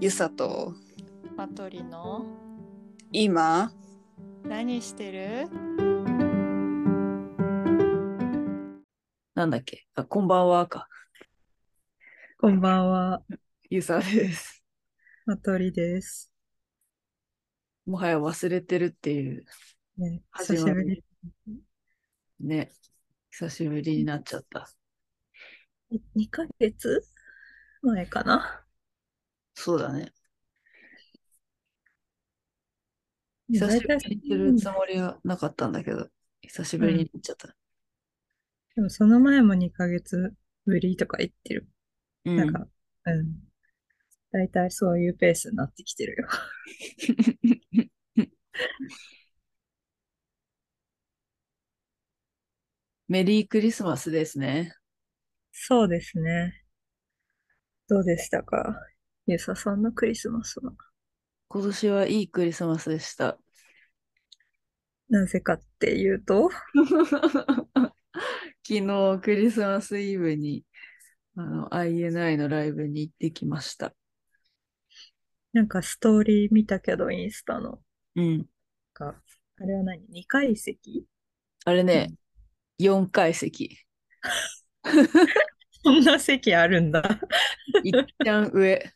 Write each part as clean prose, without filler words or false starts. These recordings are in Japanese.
ゆさとマトリの今何してる？ なんだっけ、こんばんはか。 こんばんは、 ゆさです。 まとりです。 もはや忘れてるっていうね、久始まりしぶり。 ね。久しぶりになっちゃった。 2ヶ月前かな。 そうだね。久しぶだいたい、 りにするつもりはなかったんだけど、久しぶりにうん。 なっちゃった。 でもその前も2ヶ月ぶりとか言ってる。 うん。 なんか、うん。だいたいそういうペースになってきてるよ。 メリークリスマスですね。 そうですね。どうでしたか、ゆうささんのクリスマスは？ 今年はいいクリスマスでした。 なぜかっていうと、 昨日クリスマスイブにINI のライブに行ってきました。 なんかストーリー見たけど、インスタの。 うん。 あれは何？ 2 階席？ あれね、4階席。 そんな席あるんだ。 いっちゃん上。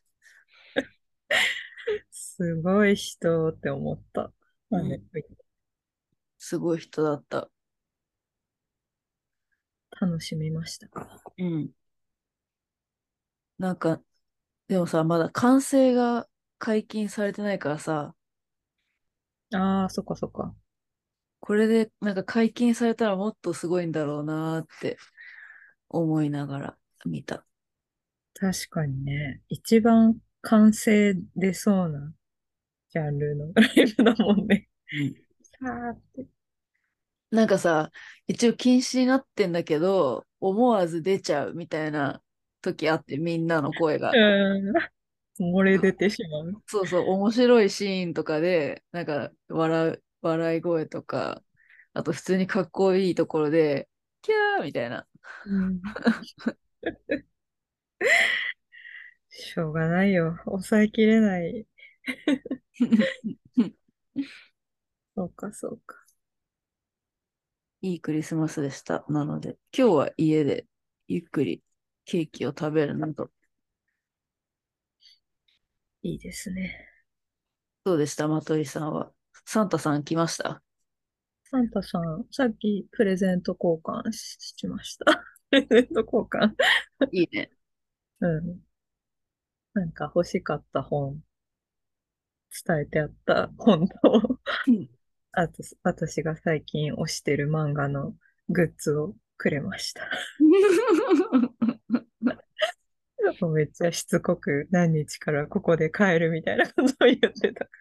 すごい人って思った。まあね、 うん。すごい人だった。 楽しみましたか？ うん。なんか、でもさ、まだ完成が解禁されてないからさ、 ああ、そっかそっか。 これでなんか解禁されたらもっとすごいんだろうなーって思いながら見た。 確かにね。一番完成出そうなジャンルのライブだもんね。 うん。 さーって。 なんかさ、一応禁止になってんだけど、思わず出ちゃうみたいな時あって、みんなの声が。 うん。漏れ出てしまう。 そうそう、面白いシーンとかで、なんか笑い声とか、あと普通にかっこいいところで、キャーみたいな。 うん。しょうがないよ。抑えきれない。そうか、そうか。 いいクリスマスでした。なので、今日は家でゆっくりケーキを食べるなど。 いいですね。 どうでしたマトリさんは？サンタさん来ました？ サンタさん、さっきプレゼント交換しました。プレゼント交換。 いいね。 うん。なんか欲しかった本、伝えてあった本と、 うん。 あと、私が最近推してる漫画のグッズをくれました。めっちゃしつこく何日からここで買えるみたいなことを言ってた。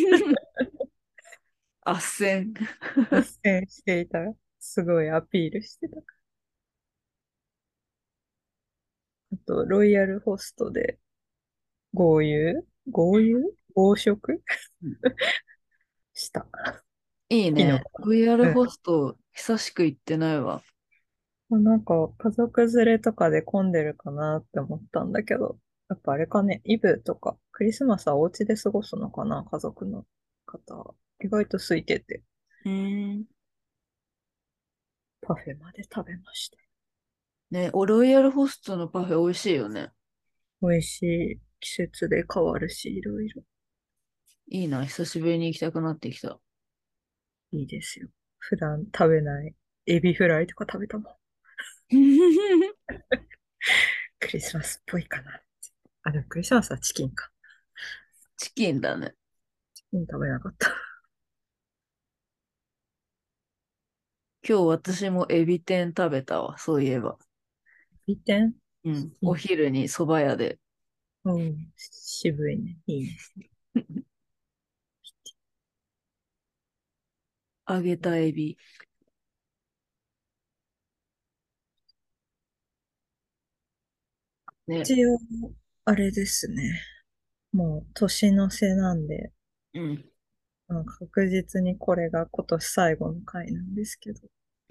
斡旋。 斡旋していた。すごいアピールしてた。あと、ロイヤルホストで豪食した。昨日。 いいね。VR うん。 ホスト、久しく行ってないわ。 なんか、家族連れとかで混んでるかなって思ったんだけど、やっぱあれかね、イブとか、クリスマスはお家で過ごすのかな、家族の方。意外と空いてて、 うーん。 パフェまで食べました。 ね、ロイヤルホストのパフェ美味しいよね。 美味しい。季節で変わるし、いろいろ。 いいな、久しぶりに行きたくなってきた。 いいですよ。普段食べないエビフライとか食べたもん。クリスマスっぽいかなって。あ、でもクリスマスはチキンか。 チキンだね。 チキン食べなかった。 今日私もエビ天食べたわ、そういえば。 エビ天うん。 いい。 お昼に蕎麦屋で。 うん。渋いね。いいね。 揚げたエビ。ね。 一応、あれですね。もう年の瀬なんで、 うん。 確実にこれが今年最後の回なんですけど、 うん。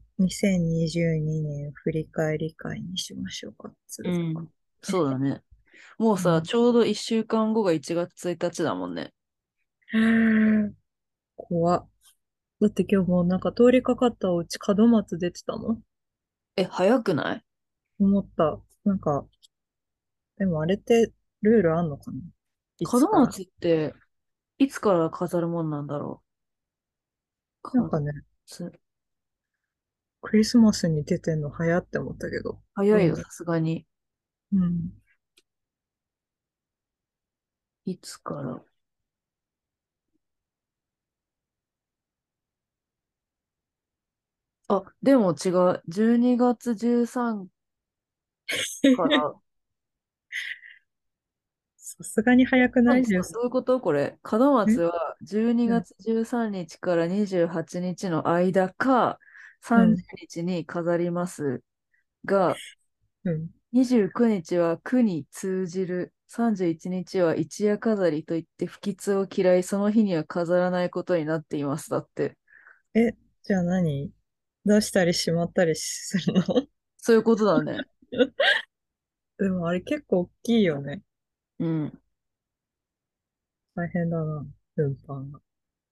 2022年振り返り会にしましょうか、つうか。 うん。そうだね。 もうさ、 うん。 ちょうど1週間後が1月1日だもんね。 へー怖っ。だって今日もうなんか通りかかったお家門松出てたのえ、早くない？ 思った。なんか、でもあれってルールあんのかないつから。 門松っていつから飾るもんなんだろう。門なんかね、 松。 クリスマスに出てんの早って思ったけど。 早いよ、 どうなる？ さすがに。 うん。 いつから。あ、でも違う。12月13からさすがに早くない？ 何さ、 13。 どういうことこれ？門松えは12 うん。 月13日から28日の間か、30 うん。 日にちに飾りますが、 うん。 29日は苦に通じる。31日は一夜飾りといって不吉を嫌い、その日には飾らないことになっています。だって。 え、じゃあ何？出したりしまったりするの？ そういうことだね。 でもあれ結構大きいよね。 うん。 大変だな。運搬が。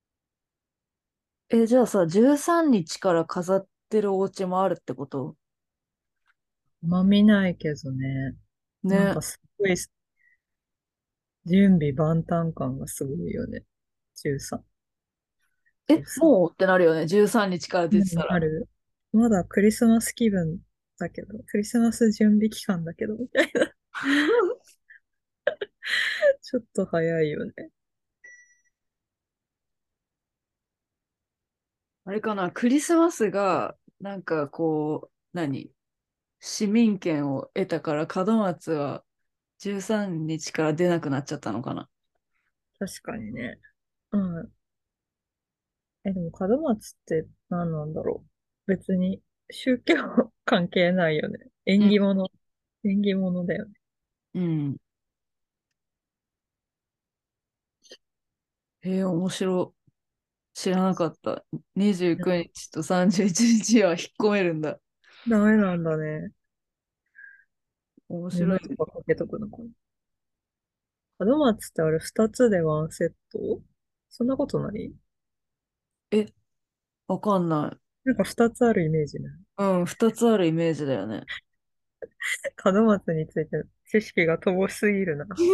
え、じゃあさ、13日から飾ってるお家もあるってこと？ まあ見ないけどね。なんね。 かすごい準備万端感がすごいよね。13。 え、 13。 もうってなるよね。13日から出もてたら。 うある。まだクリスマス気分だけど、クリスマス準備期間だけど、みたいな。ちょっと早いよね。 あれかな、クリスマスが、なんかこう、市民権を得たから門松は13日から出なくなっちゃったのかな。 確かにね。うん。でも門松って何なんだろう。別に宗教関係ないよね。 うん。 縁起物。縁起物だよね。 うん。面白い。知らなかった。29日と31日は引っ込めるんだ。 ダメなんだね。 面白いね。 布とかかけとくのかな。門松ってあれ二つでワンセット？そんなことない？ え、わかんない。 なんか二つあるイメージない？ うん、二つあるイメージだよね。 門松について知識が乏しすぎるな。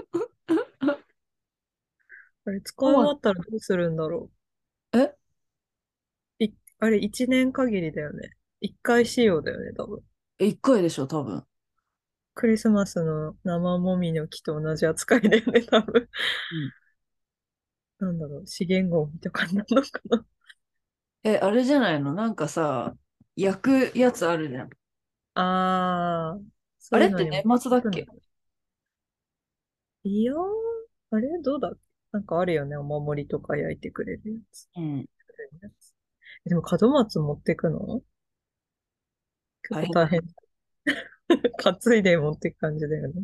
あれ使い終わったらどうするんだろえ、 う。あれ一年限りだよね。一回使用だよね、多分。 一回でしょ、多分。 クリスマスの生もみの木と同じ扱いだよね、多分。 うん。 なんだろう、資源ゴミとかなのかな。 え、あれじゃないの？なんかさ、焼くやつあるじゃん。 あー、そあれってういうのにも年末だっけ？ 行くのか。いやー、あれどうだっけ？なんかあるよね、お守りとか焼いてくれるやつ。 うん。 でも門松持ってくの結大変だね。 構大変。担いで持ってく感じだよね。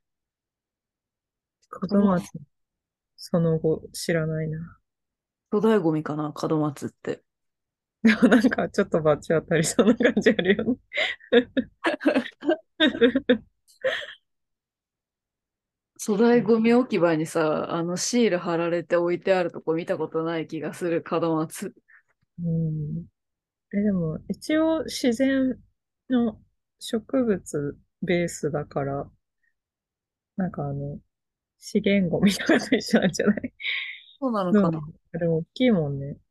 門門松、その後知らないな。 粗大ゴミかな、門松って。 でもなんかちょっと罰当たりそうな感じあるよね。 粗大ゴミ置き場にさ、シール貼られて置いてあるとこ見たことない気がする、門松。 うん。でも一応自然の植物ベースだから、なんか資源ゴミとかと一緒なんじゃない？ そうなのどうなの？ かな？ でも大きいもんね。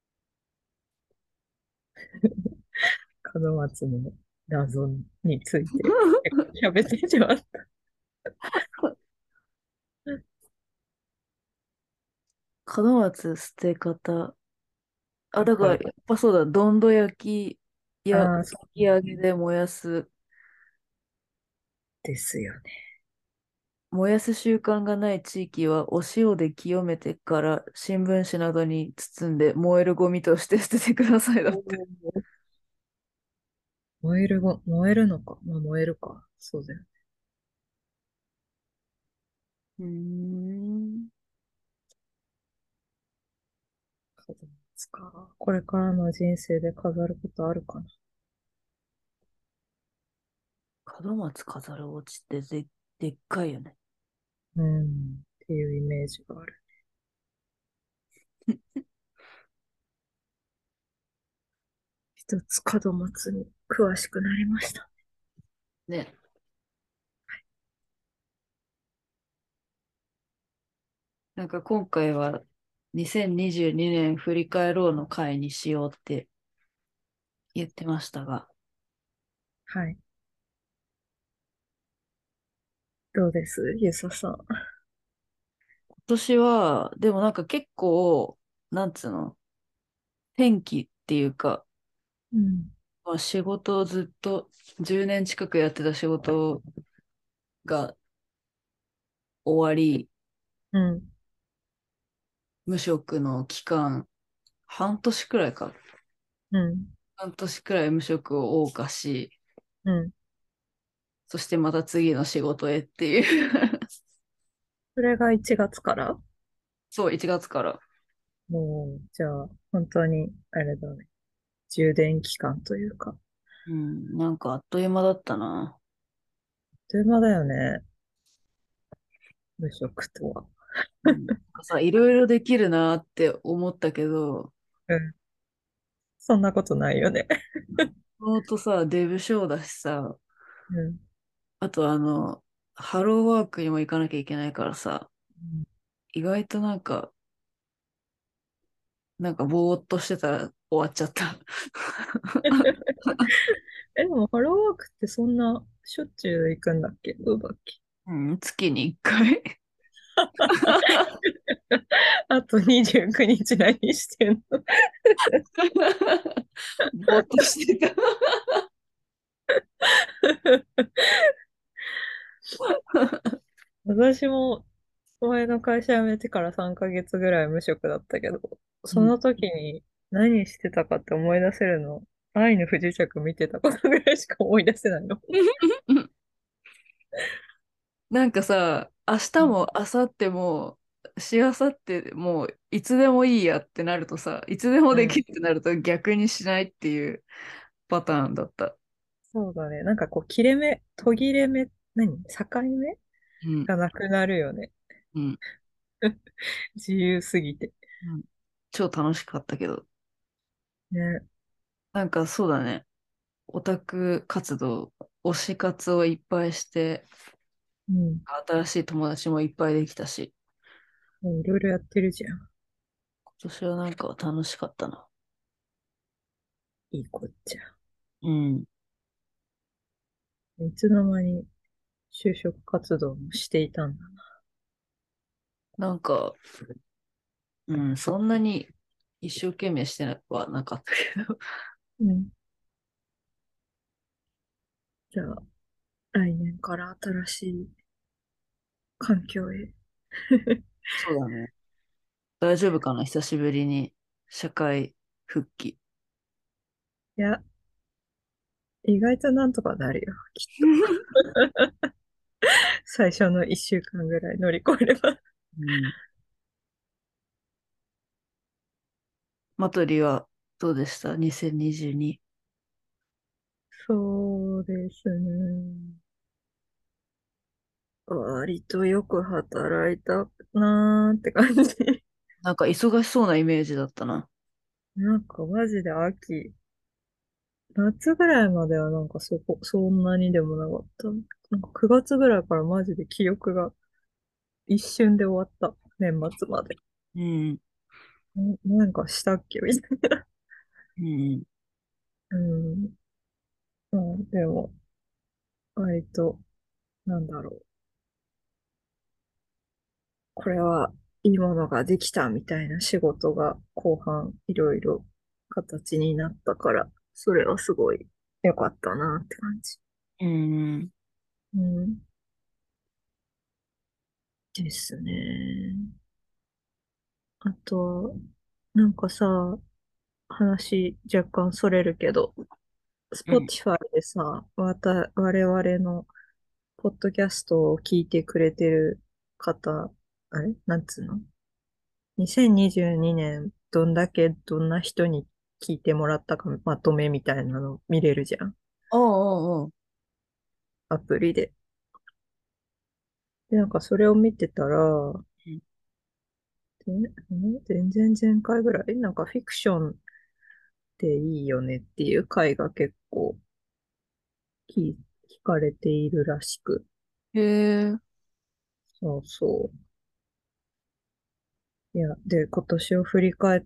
門松の謎について喋ってしまった。 門松捨て方。あ、だから、やわかる。 っぱそうだ、どんど焼きやああ、そかき揚げで燃やす。 うですよね。 燃やす習慣がない地域は、お塩で清めてから新聞紙などに包んで燃えるゴミとして捨ててください。だって。 燃えるのか。まあ、燃えるか。そうだよね。 うーん。 門松か。これからの人生で飾ることあるかな。 門松飾るお家ってでっかいよね。 うん。っていうイメージがある。一つ門松に詳しくなりました。 ね。なんか今回は2022年振り返ろうの回にしようって言ってましたが、 はい。どうですゆささん。 今年は、でもなんか結構、なんつうの、転機っていうか、 うん。 まあ、仕事をずっと10年近くやってた仕事が終わり、 うん。 無職の期間、半年くらいか。 うん。 半年くらい無職を謳歌し、 うん。 そしてまた次の仕事へっていうそれが1月からそう、1月から。 もう、じゃあ、本当に、あれだね。充電期間というか。あっうん、なんかあっという間だったな。 という間だよね。無職とは。 うん、なんかさ、いろいろできるなって思ったけど、 うん。そんなことないよね。 ほんとさ、デブ賞だしさ、 うん。 あとハローワークにも行かなきゃいけないからさ、意外となんかぼーっとしてたら終わっちゃった。 え、でも、ハローワークってそんな、しょっちゅう行くんだっけどうだっけ？ うん、月に1回あと29日何してんの？ ぼーっとしてた。 私も、前の会社辞めてから3ヶ月ぐらい無職だったけど、 うん。 その時に何してたかって思い出せるの、愛の不時着見てたことぐらいしか思い出せないの。 なんかさ、明日うん。 も明後日もしあさってもいつでもいいやってなるとさ、いつでもうん。 できるってなると逆にしないっていうパターンだった。 そうだね。なんかこう、切れ目、途切れ目、境目うん。 がなくなるよね。 うん。 自由すぎて。 うん、超楽しかったけど。 ね。 なんかそうだね。オタク活動、推し活をいっぱいして、 うん。 新しい友達もいっぱいできたし、 もういろいろやってるじゃん。 今年はなんか楽しかったな。 いいこっちゃ。 うん。 いつの間に就職活動もしていたんだな。 なんか、うん、そんなに一生懸命してはなかったけど。 うん。じゃあ、来年から新しい環境へ。 そうだね。大丈夫かな久しぶりに社会復帰。 いや、意外となんとかなるよ、きっと。最初の1週間ぐらい乗り越えれば。 うん。マトリはどうでした ?2022。 そうですね。割とよく働いたなーって感じ。 なんか忙しそうなイメージだったな。 なんかマジで秋、夏ぐらいまではなんかそんなにでもなかった。なんか9月ぐらいからマジで記憶が一瞬で終わった。年末まで。 うん。 なんかしたっけみたいな。 うん。 うん。まあ、でも、割と、なんだろう。これはいいものができたみたいな仕事が後半いろいろ形になったから、それはすごい良かったなって感じ。 うん。 うん。ですね。あと、なんかさ、話若干それるけど、 うん。 Spotify でさ、我々のポッドキャストを聞いてくれてる方、あれなんつうの？ 2022 年どんな人に聞いてもらったかまとめみたいなの見れるじゃん。 おうおうおう。 アプリで。 で、なんかそれを見てたら、 うん全然前回ぐらい、なんかフィクションっていいよねっていう回が結構聞かれているらしく。 へえ、 そうそう。いや、で、今年を振り返って、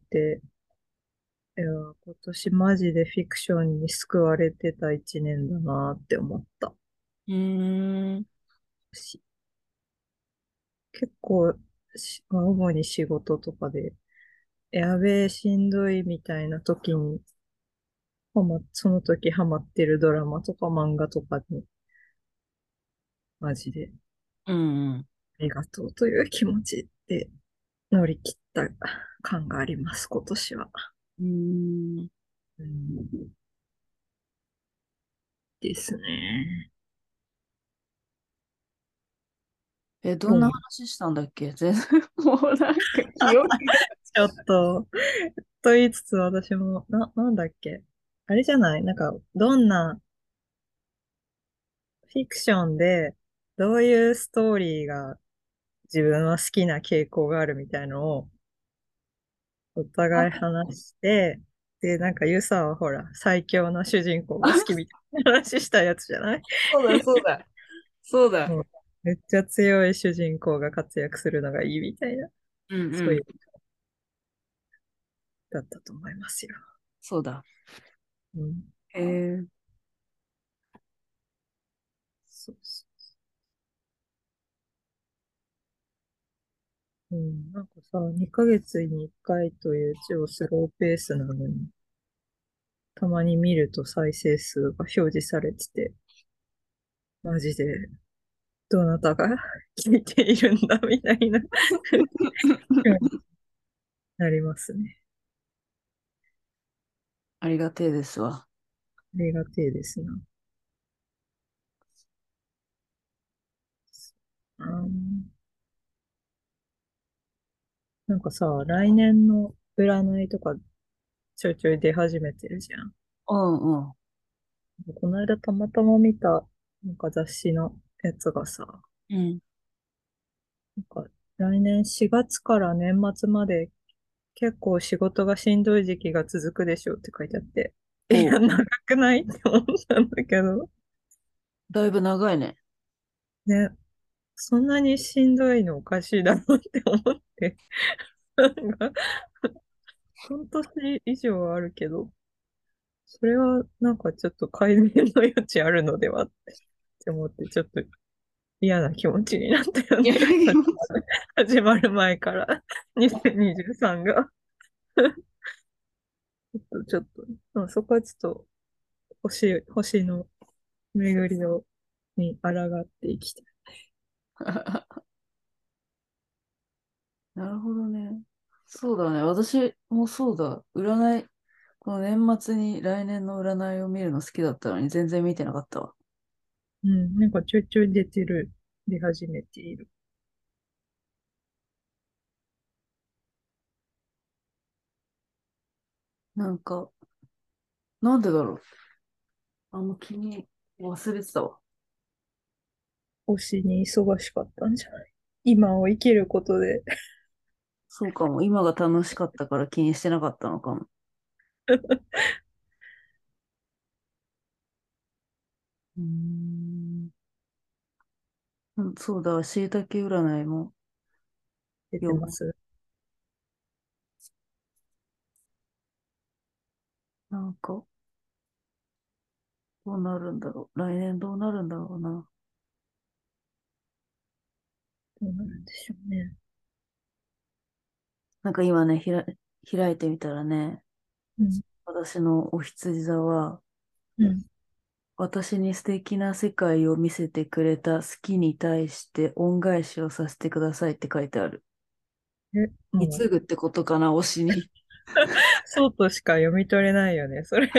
いや、今年マジでフィクションに救われてた一年だなって思ったうーん、 し。結構主に仕事とかで、やべえ、しんどいみたいな時に、その時ハマってるドラマとか漫画とかに、マジでうん、うん。 ありがとうという気持ちで乗り切った感があります、今年は。 うーん。 うん、ですね。 え、どんなうん、 話したんだっけ全然、もうなんか記憶が。 ちょっと、と言いつつ私も、なんだっけ。あれじゃないなんか、どんなフィクションで、どういうストーリーが自分は好きな傾向があるみたいのをお互い話して、で、なんかユサはほら、最強の主人公が好きみたいな話したやつじゃない？ そうだ、そうだ。そうだ。 もうめっちゃ強い主人公が活躍するのがいいみたいな、 うんうん。 そういう、だったと思いますよ。 そうだ。 うん。 へえ。 そうそう。うん。なんかさ、2ヶ月に1回という超スローペースなのに、たまに見ると再生数が表示されてて、マジで、どなたが聞いているんだみたいななりますね。 ありがてえですわ。 ありがてえですな。うん、なんかさ、来年の占いとかちょいちょい出始めてるじゃん。 うんうん。 この間たまたま見たなんか雑誌のやつがさ、 うん。 なんか来年4月から年末まで結構仕事がしんどい時期が続くでしょうって書いてあって、いお、 や、長くないって思ったんだけど、 だいぶ長いね。 ね、そんなにしんどいのおかしいだろうって思って、なんか半年以上あるけど、それはなんかちょっと改善の余地あるのではって思って、ちょっと嫌な気持ちになったよいや、 ね。始まる前から2023が。ちょっと、うんそこはちょっと星の巡りに抗っていきたい。 なるほどね。そうだね。私もそうだ。占い、この年末に来年の占いを見るの好きだったのに全然見てなかったわ。 うん、なんかちょいちょい出始めている。 なんか、なんでだろう。気に忘れてたわ。 推しに忙しかったんじゃない？今を生きることで。 そうかも。今が楽しかったから気にしてなかったのかも。うーん。うん、そうだ。椎茸占いも出て読もます。 う。なんか、どうなるんだろう。来年どうなるんだろうな。 どうなるんでしょうね。 なんか今ね、開いてみたらね、 うん、 私のお羊座は、 うん。 私に素敵な世界を見せてくれた好きに対して恩返しをさせてくださいって書いてある。 もう、 貢ぐってことかな、推しに。 そうとしか読み取れないよね、それ。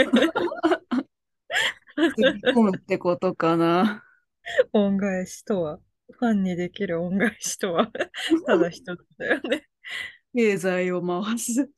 つぎ込むってことかな。 恩返しとは、ファンにできる恩返しとは、ただ一つだよね。 経済を回す。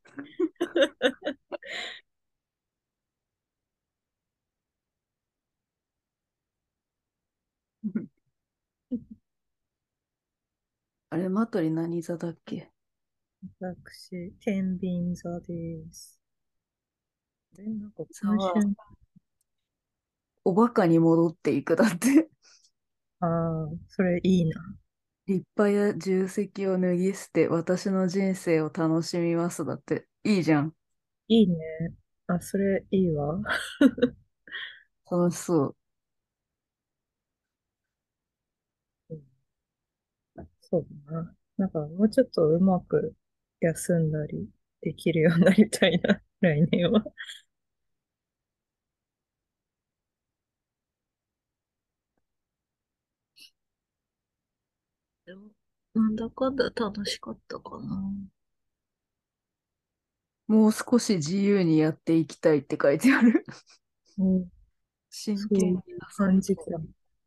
あれ、マトリ何座だっけ？ 私、天秤座です。なんかさあ、 今週、 おバカに戻っていくだって。 ああ、それいいな。 立派や重責を脱ぎ捨て、私の人生を楽しみますだって。いいじゃん。 いいね。あ、それいいわ。 楽しそう。 うんそうだな。なんかもうちょっとうまく休んだりできるようになりたいな、来年は。でも、なんだかんだ楽しかったかな。 もう少し自由にやっていきたいって書いてある。 うん、 真剣にそういう遊びたい。 感じか。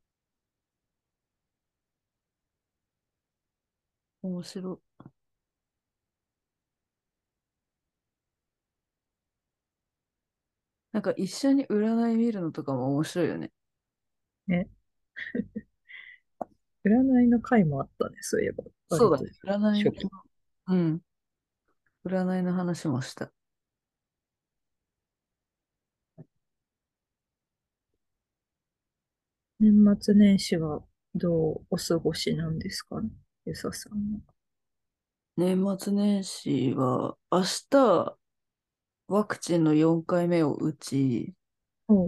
面白い。なんか一緒に占い見るのとかも面白いよね。 ね。占いの回もあったね、そういえば。割と。 そうだね。占い、 初期。 うん。占いの話もした。 年末年始はどうお過ごしなんですかね、ゆささんは。 年末年始は、明日、ワクチンの4回目を打ち、 お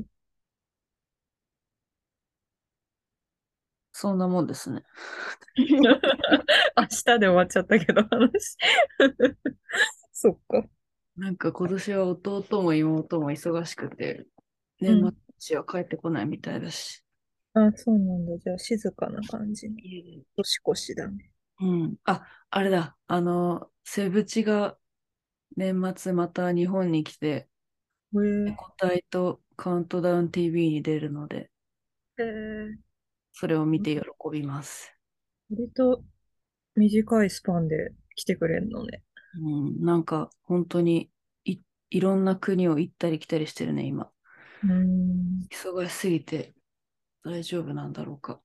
そんなもんですね。 明日で終わっちゃったけど、話。そっか。 なんか今年は弟も妹も忙しくて、年末年うん。 始は帰ってこないみたいだし。 あ、そうなんだ。じゃあ、静かな感じの家で年越しだね。 うん。あ、あれだ。セブチが年末また日本に来て、 へえ個体とカウントダウン TV に出るので、 へえそれを見て喜びます。 割と短いスパンで来てくれんのね。 うん、なんか本当にい、いろんな国を行ったり来たりしてるね、今。 うーん。 忙しすぎて大丈夫なんだろうか。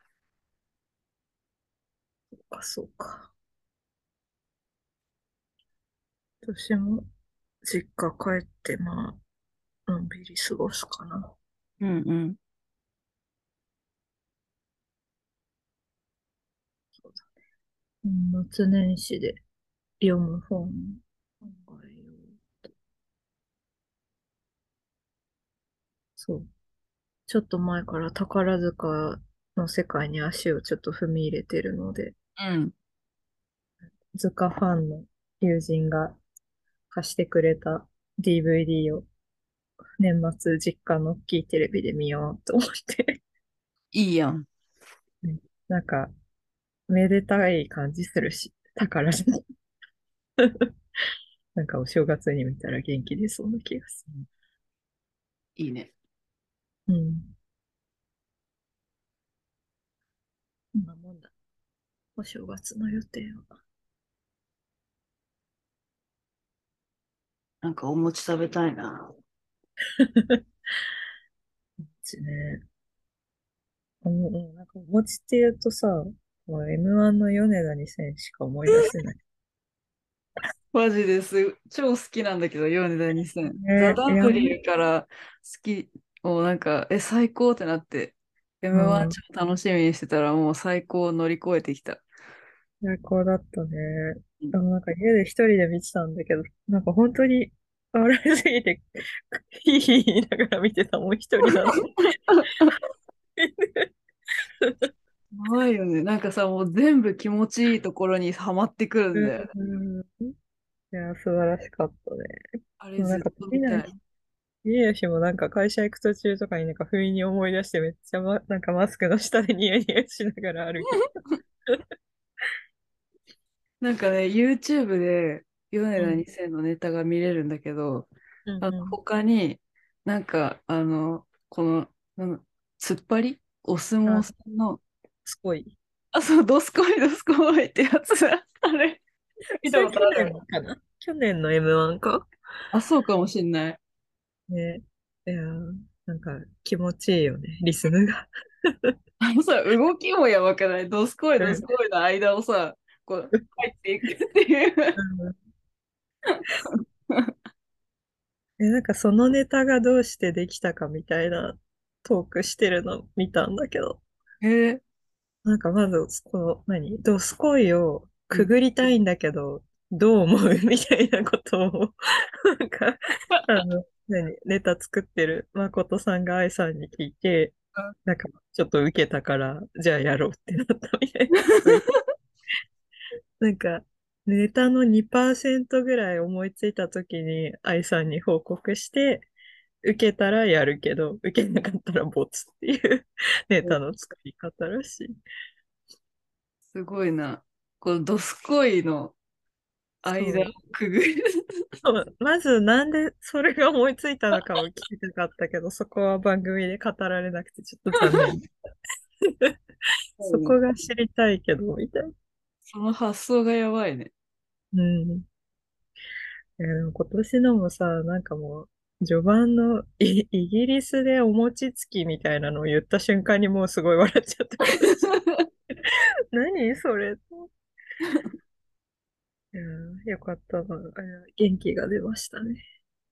そうか。私も実家帰って、まあ、のんびり過ごすかな。 うんうん。 そうだ。年末年始で読む本考えよう。そう。ちょっと前から宝塚の世界に足をちょっと踏み入れてるので、 うん。 塚ファンの友人が貸してくれた DVD を年末実家の大きいテレビで見ようと思っていいやん。 ねなんか、めでたい感じするし、宝塚。なんかお正月に見たら元気出そうな気がすいいね。 る。うん。そんなもんだ。お正月の予定は。 なんかお餅食べたいな。 ね。なんかお餅って言うとさ、もう M1 の米田2選しか思い出せない。 マジです。超好きなんだけど、米田2000。ザ・ね、やめ、 W から好きをなんか、最高ってなって、 う M1 ん、 超楽しみにしてたらもう最高を乗り越えてきた。 最高だったね。 うんでもなんか家で一人で見てたんだけど、なんか本当に笑いすぎて、ヒーヒー言いながら見てたもん一人なのに。 怖いよね。なんかさ、もう全部気持ちいいところにはまってくるんだよね。 うん、いや、素晴らしかったね。 あれずっもうなんか、 と見たい。 家吉もなんか会社行く途中とかになんか不意に思い出してめっちゃ、なんかマスクの下でニヤニヤしながら歩いてた。 なんかね、YouTube で米田うん。 2000のネタが見れるんだけど、 うんうん。 他になんか、この、突っ張りお相撲あ、 さんの、 すごい。 あ、そう、ドスコイドスコイってやつだ。あれ、見たそれ去ことある？ 年かな、去年の M1 か。 あ、そうかもしんない。 ね。いやー、なんか気持ちいいよね、リズムが。 あのさ、動きもやばくない？ドスコイうん。 ドスコイの間をさ、 こう入っていくっていう。 なんかそのネタがどうしてできたかみたいなトークしてるの見たんだけど、 へえ。 なんかまず、この、ドスコイをくうん。 ぐりたいんだけど、どう思うみたいなことを、なんか、ネタ作ってる誠さんが愛さんに聞いて、なんか、ちょっと受けたから、じゃあやろうってなったみたいなこと言って。なんか、ネタの2%ぐらい思いついた時に愛さんに報告して、受けたらやるけど、受けなかったらボツっていうネタの作り方らしい。 すごいな。このドスコイの間をそう。 くぐる。 そうまずなんでそれが思いついたのかを聞きたかったけど、そこは番組で語られなくてちょっと残念。そこが知りたいけど、みたいな。 その発想がやばいね。 うん。でも今年のもさ、なんかもう、序盤のイギリスでお餅つきみたいなのを言った瞬間にもうすごい笑っちゃった私。何それ。いやよかったな。元気が出ましたね。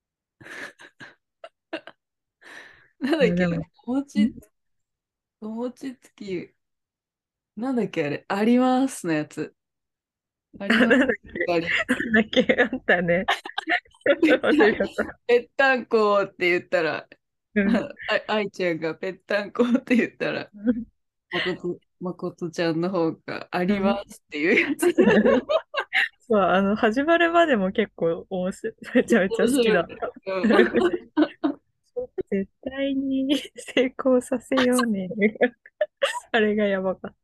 なんだっけ、 いやでも、 お餅つき、なんだっけあれ、ありますのやつ。あります。 なんだっけ、 ありなんだっけ、あったね。忘れちゃった。 ぺったんこって言ったら、 うん。 愛ちゃんがぺったんこって言ったら、まことちゃんの方がありまうん。 すっていうやつ。 そう、始まるまでも結構めちゃめちゃ好きだった。 面白いね。うん。 絶対に成功させようね。あれがやばかった。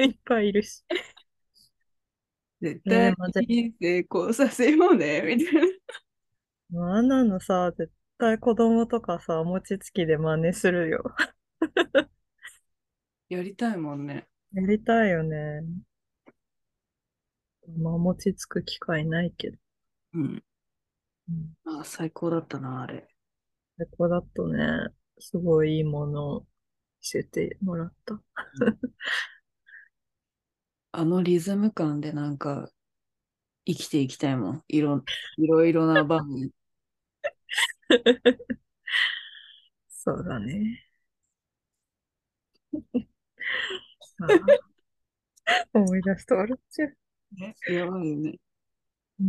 いっぱいいるし。 絶対でも、 に成功させようね、みたいな。 あんなのさ、絶対子供とかさ、餅つきで真似するよ。 やりたいもんね。 やりたいよね。まあ、餅つく機会ないけど。 うん。 うん。 あ、最高だったな、あれ。 ここだとね、すごいいいものを見せてもらった。 あのリズム感でなんか生きていきたいもん。いろいろな場面。 そうだね。ああ、思い出すと笑っちゃう。 ね、やばいよね。 うん。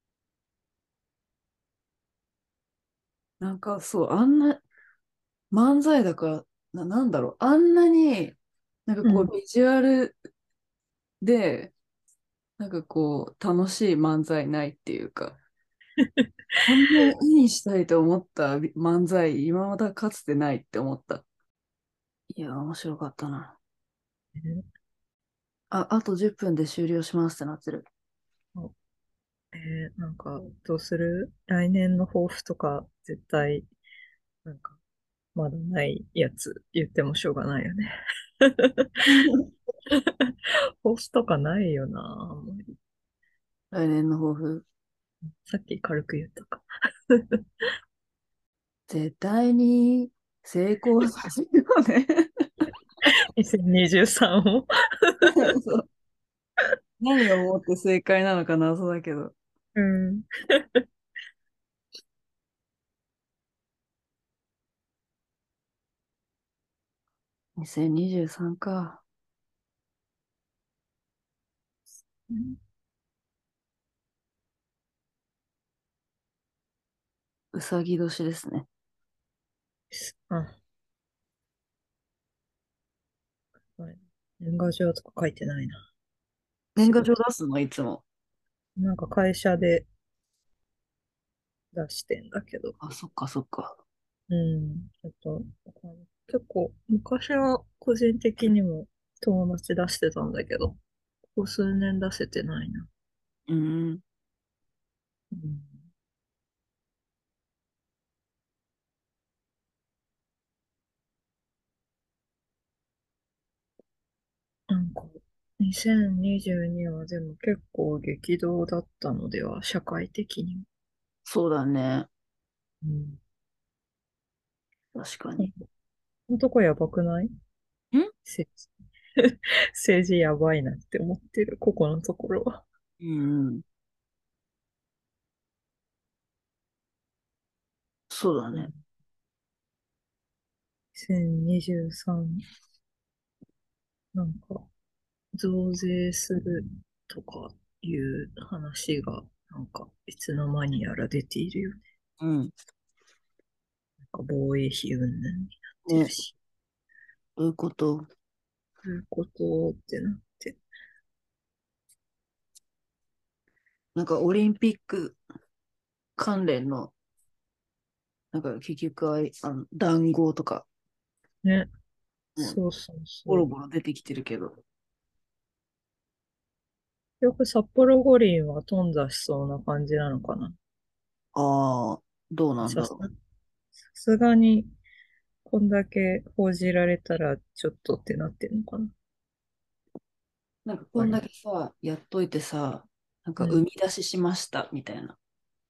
なんかそう、あんな漫才だから、なんだろう、あんなになんかうん。 こうビジュアルで、なんかこう楽しい漫才ないっていうか、こんなににしたいと思った漫才、今までかつてないって思った。いや、面白かったな。あと10分で終了しますってなってる。 なんか、どうする来年の抱負とか、絶対、なんか、まだないやつ言ってもしょうがないよね。抱負とかないよな、あんまり。 来年の抱負。 さっき軽く言ったか。 絶対に成功させようね。 2023を。 そう。何をもって正解なのか謎だけど。 うん。 2023か。うさぎ年ですね。 あ、はい。年賀状とか書いてないな。 年賀状仕事。 出すのいつも。 なんか会社で出してんだけど。 あ、そっかそっか。 うん。結構、昔は個人的にも友達出してたんだけど、ここ数年出せてないな。 うん。 うん。なんか、2022はでも結構激動だったのでは、社会的にも。 そうだね。 うん。 確かに。 このとこやばくない？ んせ政治やばいなって思ってる、ここのところは。 うんうん。そうだね。 2023、なんか、増税するとかいう話が、なんか、いつの間にやら出ているよね。 うん。 なんか防衛費云々になってるね、 し。 どういうこと？ そういうことってなって。 なんかオリンピック関連の、なんか結局談合とか、 ね。 もうそうそうボロそう。 ボロ出てきてるけど。 よく札幌五輪は頓挫しそうな感じなのかな。 ああ、どうなんさすだろさすがに、こんだけ報じられたら、ちょっとってなってるのかな。やっう。なんかこぱり。 んだけさ、やっといてさ、なんか生うん。 み出ししましたみたいな。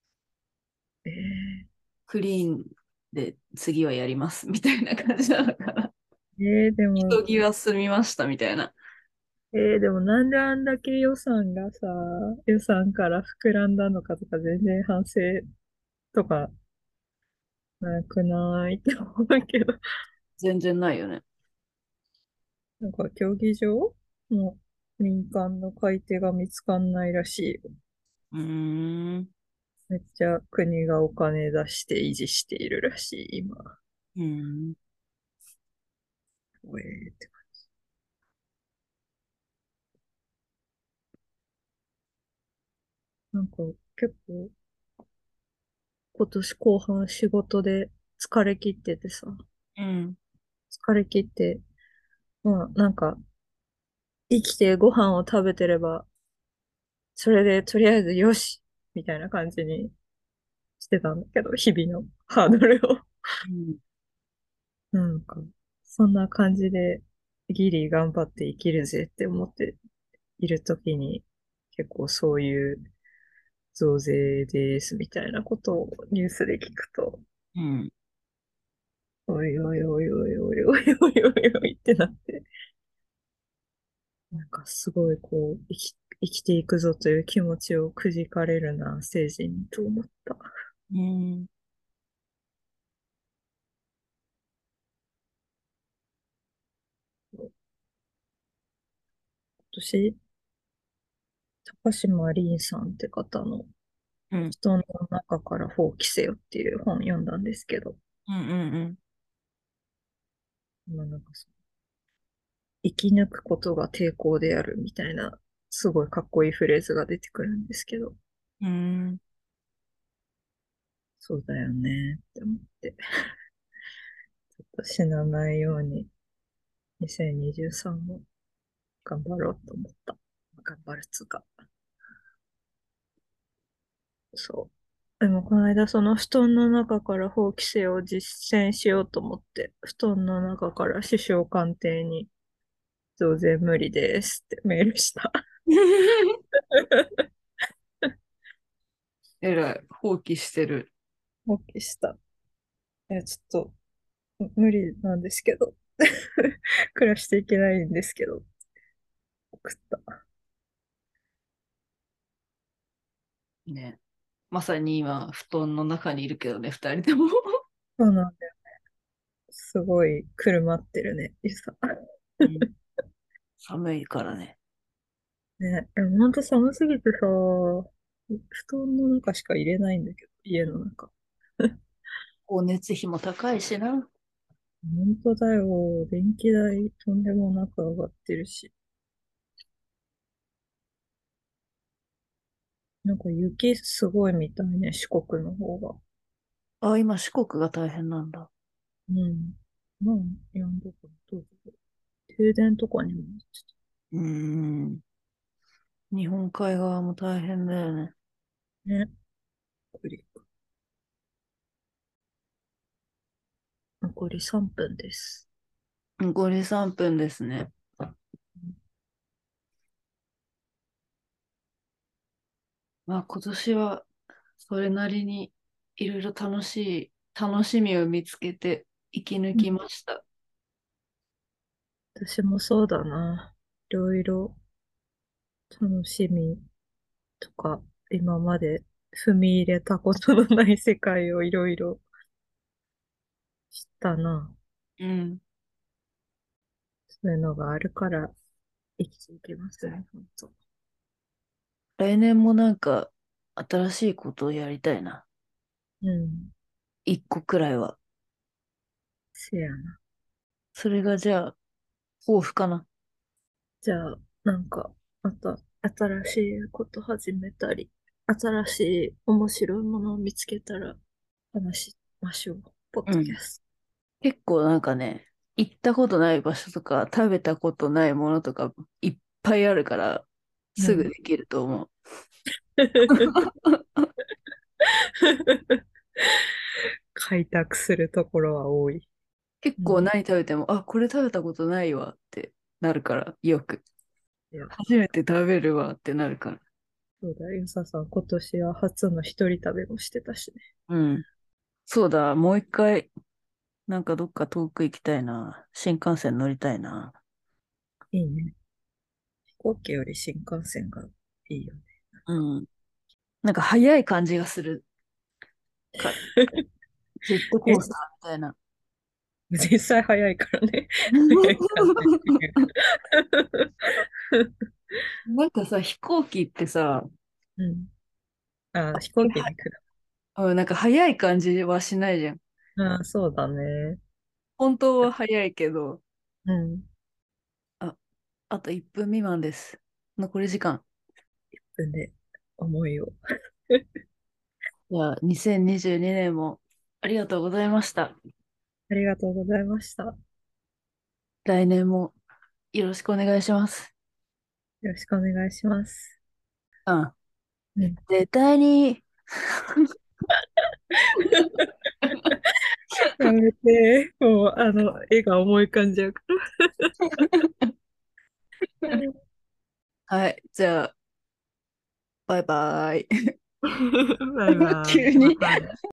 えクリーンで次はやりますみたいな感じなのかな。 でも、 急ぎは済みましたみたいな。 でもなんであんだけ予算がさ、予算から膨らんだのかとか全然反省とかなくないって思うけど、 全然ないよね。 なんか競技場も民間の買い手が見つかんないらしいよ。 うーん。 めっちゃ国がお金出して維持しているらしい、今。 うーん。 ってなんか結構今年後半仕事で疲れ切っててさ、 うん。 疲れ切って、まあなんか生きてご飯を食べてれば、それでとりあえずよしみたいな感じにしてたんだけど、日々のハードルを。 うん。 なんか、そんな感じでギリ頑張って生きるぜって思っているときに、結構そういう増税ですみたいなことをニュースで聞くと、 うん。 おいおいおいおいおいおいおいおいおいってなって、なんかすごいこう、生きていくぞという気持ちをくじかれるな、政治にと思った。 うん。 今年、高島凛さんって方のうん。 人の中から放棄せよっていう本読んだんですけど、 うん。うん。 まあなんか生き抜くことが抵抗であるみたいな、すごいかっこいいフレーズが出てくるんですけど、 うん。 そうだよねって思って、ちょっと死なないように2023も頑張ろうと思った。頑張るつうか。そう。でもこの間その布団の中から法規制を実践しようと思って、布団の中から首相官邸に増税無理ですってメールした。 えらい、放棄してる。 放棄した。ちょっと無理なんですけど。暮らしていけないんですけど、送った。 ね。まさに今、布団の中にいるけどね、二人とも。 そうなんだよ。すごいくるまってるね、ゆさ。 うん。寒いからね。 ね、でもほんと寒すぎてさ、布団の中しか入れないんだけど、家の中。 光熱費も高いしな。 本当だよ。電気代とんでもなく上がってるし。なんか雪すごいみたいね、四国の方が。 あ、今、四国が大変なんだ。 うん。まあ、やんどかどうぞ。停電とかにもなっちゃっうーん。日本海側も大変だよね。 たね。残り残り3分です。 残り3分ですね。まあ今年はそれなりにいろいろ楽しみを見つけて生き抜きうん、 ました。 私もそうだな。いろいろ楽しみとか、今まで踏み入れたことのない世界をいろいろ知ったな。 うん。 そういうのがあるから生きていけますね、本当。 来年もなんか新しいことをやりたいな。 うん。 一個くらいは。 せやな。 それがじゃあ、抱負かな。 じゃあ、なんか、また新しいこと始めたり、新しい面白いものを見つけたら話しましょう。ポッうん。 ドキャス結構なんかね、行ったことない場所とか、食べたことないものとかいっぱいあるから、 ト。うん。 すぐできると思う。 開拓するところは多い。 結うん。 構何食べても、あ、これ食べたことないわってなるから、よく。 いや、 初めて食べるわってなるから。 そうだ、ゆささん、今年は初の一人食べもしてたしね。 うん。そうだ、もう一回、なんかどっか遠く行きたいな。新幹線乗りたいな。 いいね。飛行機より新幹線がいいよね。 うん。なんか早い感じがするから。ジェットコースターみたいな。 実際早いからね。早い感じ。 なんかさ、飛行機ってさ、 うん。あ、飛行機に来る。 うん、なんか早い感じはしないじゃん。 あ、そうだね。 本当は早いけど、 うん。 あ、あと1分未満です。残り時間。 で、思いを。 じゃあ、2022年もありがとうございました。 ありがとうございました。 来年もよろしくお願いします。 よろしくお願いします。 うん。 うん。 絶対にやめて。もう、絵が思い浮かんじゃうから。 はい。じゃあ、バイバイ。 バイバイ。 急に。 またね。